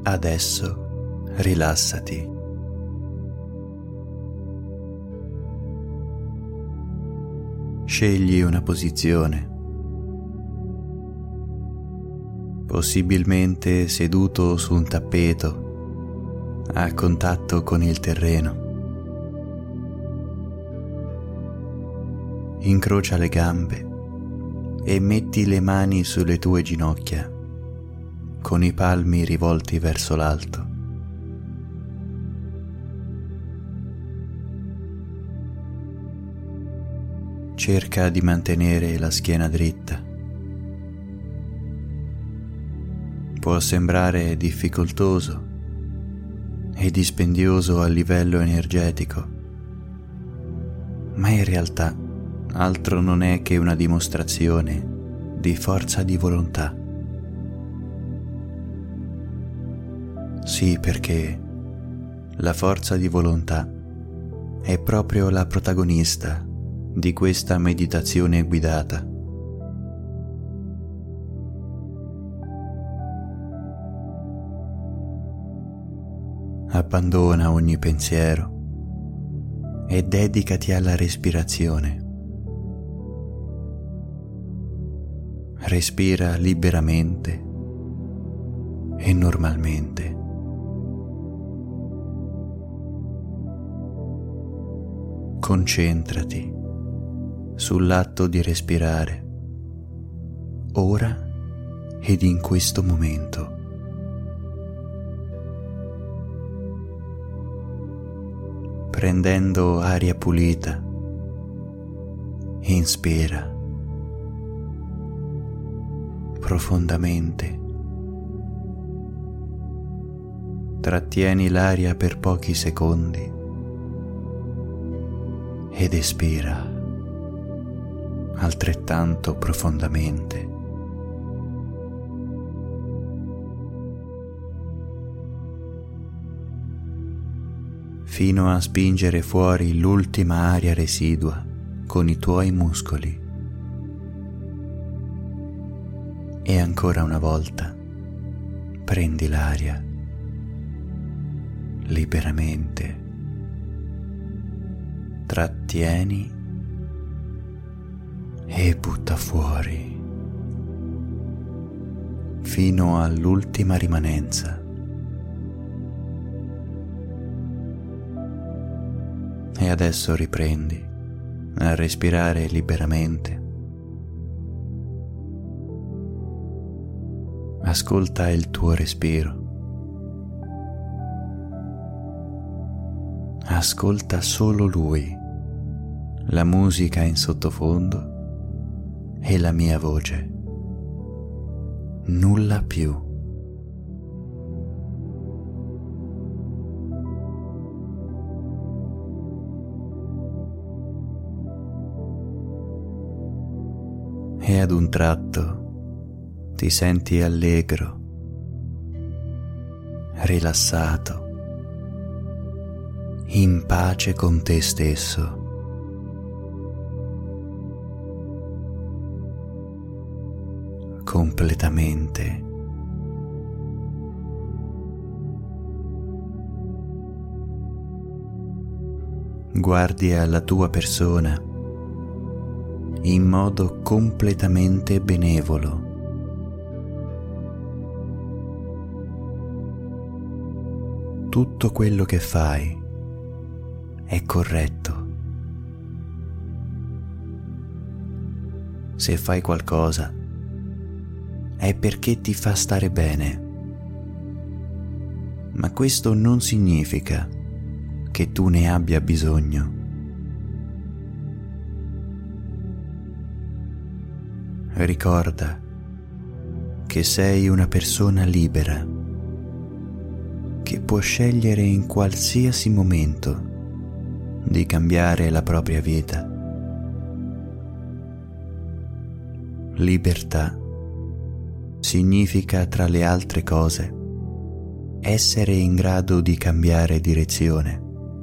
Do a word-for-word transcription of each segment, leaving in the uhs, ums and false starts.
Adesso rilassati. Scegli una posizione, possibilmente seduto su un tappeto a contatto con il terreno. Incrocia le gambe e metti le mani sulle tue ginocchia con i palmi rivolti verso l'alto. Cerca di mantenere la schiena dritta. Può sembrare difficoltoso e dispendioso a livello energetico, ma in realtà altro non è che una dimostrazione di forza di volontà. Sì, perché la forza di volontà è proprio la protagonista di questa meditazione guidata. Abbandona ogni pensiero e dedicati alla respirazione. Respira liberamente e normalmente. Concentrati sull'atto di respirare, ora ed in questo momento. Prendendo aria pulita, inspira profondamente. Trattieni l'aria per pochi secondi ed espira altrettanto profondamente. Fino a spingere fuori l'ultima aria residua con i tuoi muscoli. E ancora una volta prendi l'aria liberamente. Trattieni e butta fuori fino all'ultima rimanenza. E adesso riprendi a respirare liberamente. Ascolta il tuo respiro. Ascolta solo lui, la musica in sottofondo e la mia voce. Nulla più. E ad un tratto ti senti allegro, rilassato, in pace con te stesso. Completamente. Guardi alla tua persona in modo completamente benevolo. Tutto quello che fai è corretto. Se fai qualcosa è perché ti fa stare bene, ma questo non significa che tu ne abbia bisogno. Ricorda che sei una persona libera, che può scegliere in qualsiasi momento di cambiare la propria vita. Libertà significa, tra le altre cose, essere in grado di cambiare direzione,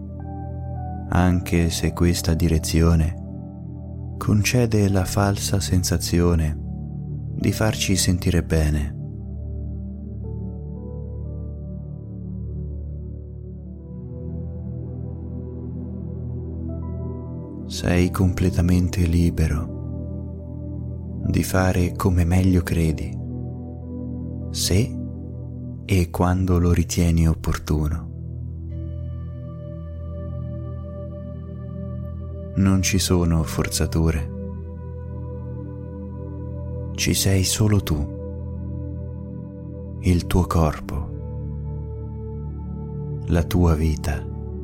anche se questa direzione concede la falsa sensazione di farci sentire bene. Sei completamente libero di fare come meglio credi, se e quando lo ritieni opportuno. Non ci sono forzature. Ci sei solo tu, il tuo corpo, la tua vita.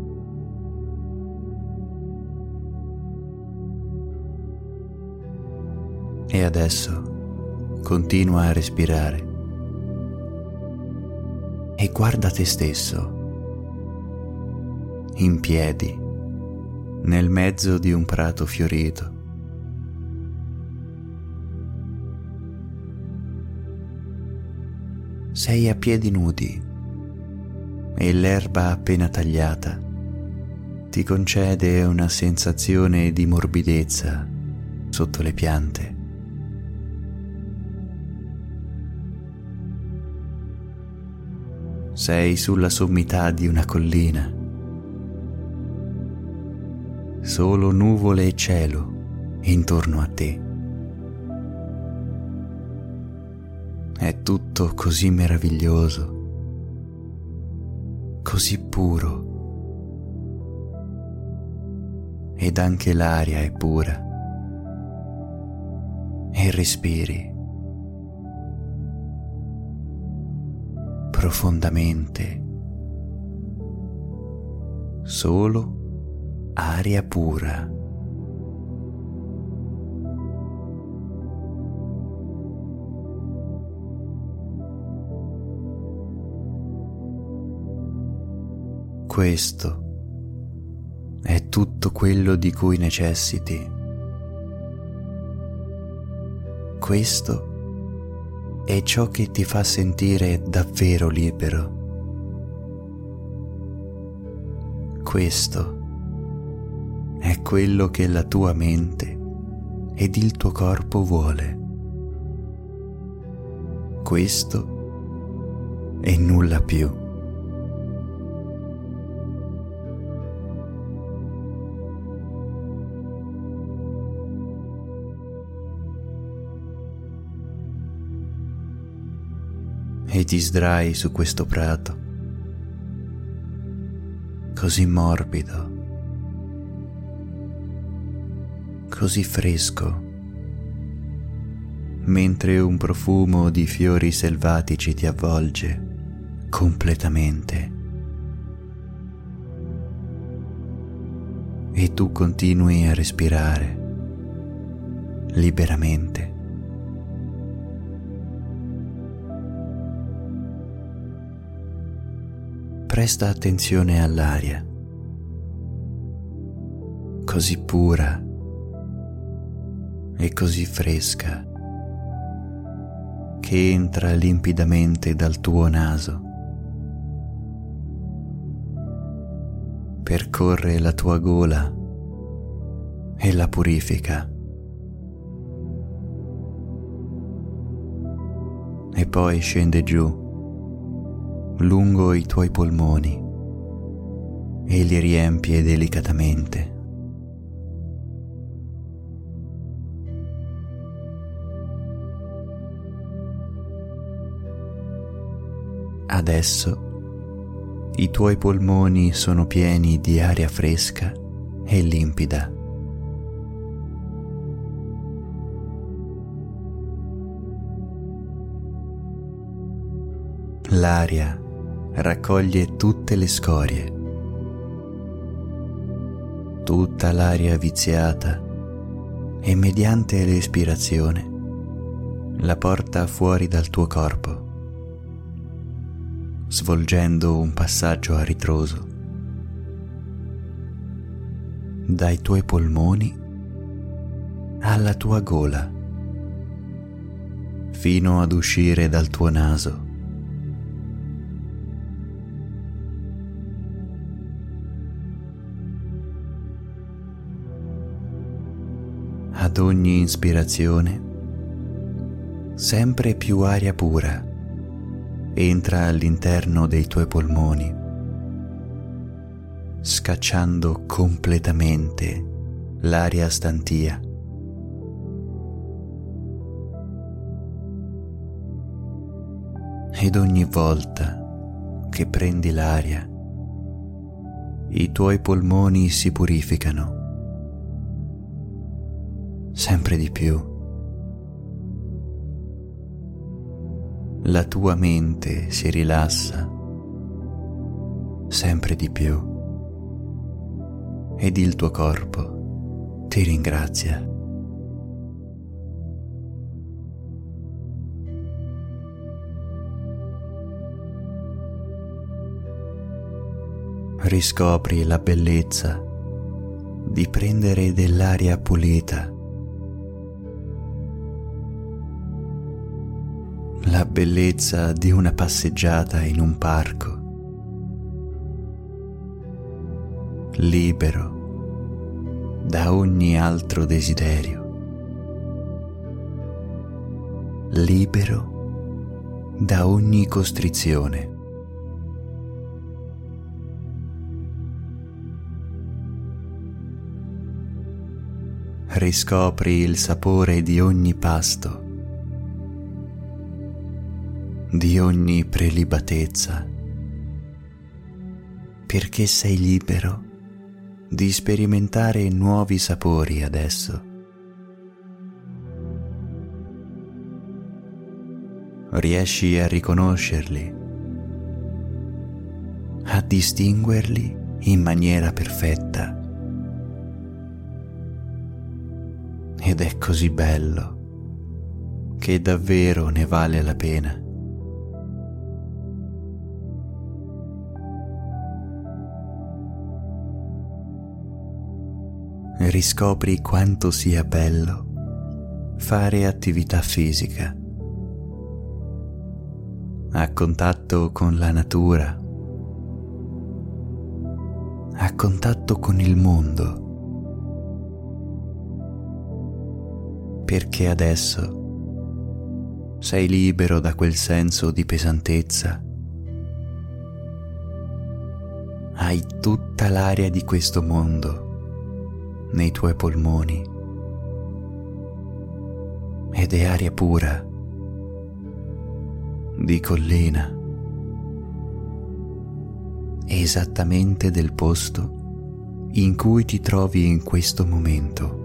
E adesso continua a respirare e guarda te stesso, in piedi, nel mezzo di un prato fiorito. Sei a piedi nudi e l'erba appena tagliata ti concede una sensazione di morbidezza sotto le piante. Sei sulla sommità di una collina. Solo nuvole e cielo intorno a te. È tutto così meraviglioso, così puro. Ed anche l'aria è pura. E respiri profondamente. Solo aria pura. Questo è tutto quello di cui necessiti. Questo è ciò che ti fa sentire davvero libero. Questo è quello che la tua mente ed il tuo corpo vuole. Questo e nulla più. E ti sdrai su questo prato, così morbido, così fresco, mentre un profumo di fiori selvatici ti avvolge completamente. E tu continui a respirare liberamente. Presta attenzione all'aria, così pura e così fresca, che entra limpidamente dal tuo naso, percorre la tua gola e la purifica, e poi scende giù lungo i tuoi polmoni e li riempie delicatamente. Adesso i tuoi polmoni sono pieni di aria fresca e limpida. L'aria raccoglie tutte le scorie, tutta l'aria viziata, e mediante l'espirazione la porta fuori dal tuo corpo, svolgendo un passaggio a ritroso dai tuoi polmoni alla tua gola, fino ad uscire dal tuo naso. Ad ogni ispirazione, sempre più aria pura entra all'interno dei tuoi polmoni, scacciando completamente l'aria stantia. Ed ogni volta che prendi l'aria, i tuoi polmoni si purificano sempre di più. La tua mente si rilassa sempre di più ed il tuo corpo ti ringrazia. Riscopri la bellezza di prendere dell'aria pulita, la bellezza di una passeggiata in un parco, libero da ogni altro desiderio, libero da ogni costrizione. Riscopri il sapore di ogni pasto, di ogni prelibatezza, perché sei libero di sperimentare nuovi sapori adesso. Riesci a riconoscerli, a distinguerli in maniera perfetta. Ed è così bello che davvero ne vale la pena. Riscopri quanto sia bello fare attività fisica, a contatto con la natura, a contatto con il mondo. Perché adesso sei libero da quel senso di pesantezza. Hai tutta l'aria di questo mondo nei tuoi polmoni ed è aria pura, di collina, esattamente del posto in cui ti trovi in questo momento.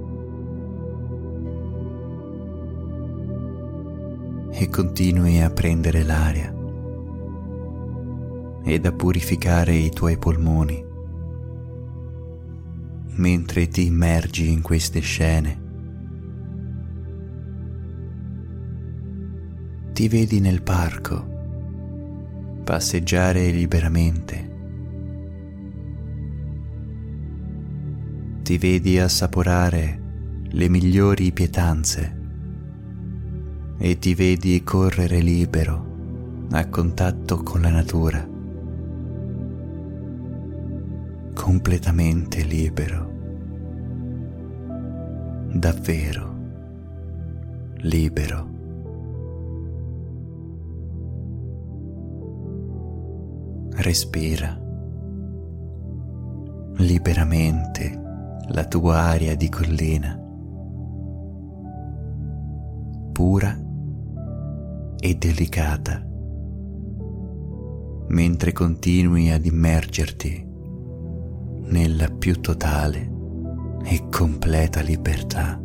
E continui a prendere l'aria ed a purificare i tuoi polmoni mentre ti immergi in queste scene. Ti vedi nel parco passeggiare liberamente. Ti vedi assaporare le migliori pietanze e ti vedi correre libero a contatto con la natura, completamente libero, davvero libero. Respira liberamente la tua aria di collina, pura e delicata, mentre continui ad immergerti nella più totale e completa libertà.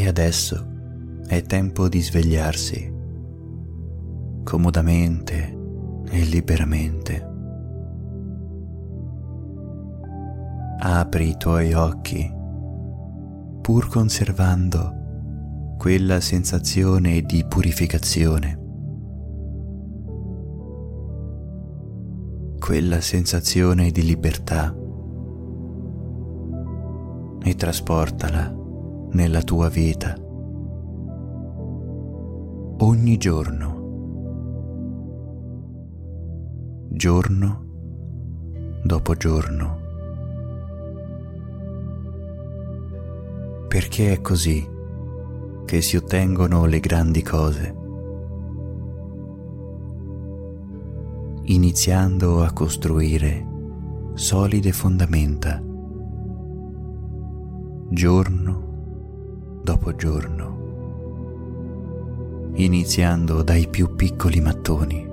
E adesso è tempo di svegliarsi, comodamente e liberamente. Apri i tuoi occhi, pur conservando quella sensazione di purificazione, quella sensazione di libertà, e trasportala nella tua vita ogni giorno, giorno dopo giorno, perché è così che si ottengono le grandi cose, iniziando a costruire solide fondamenta giorno dopo giorno, iniziando dai più piccoli mattoni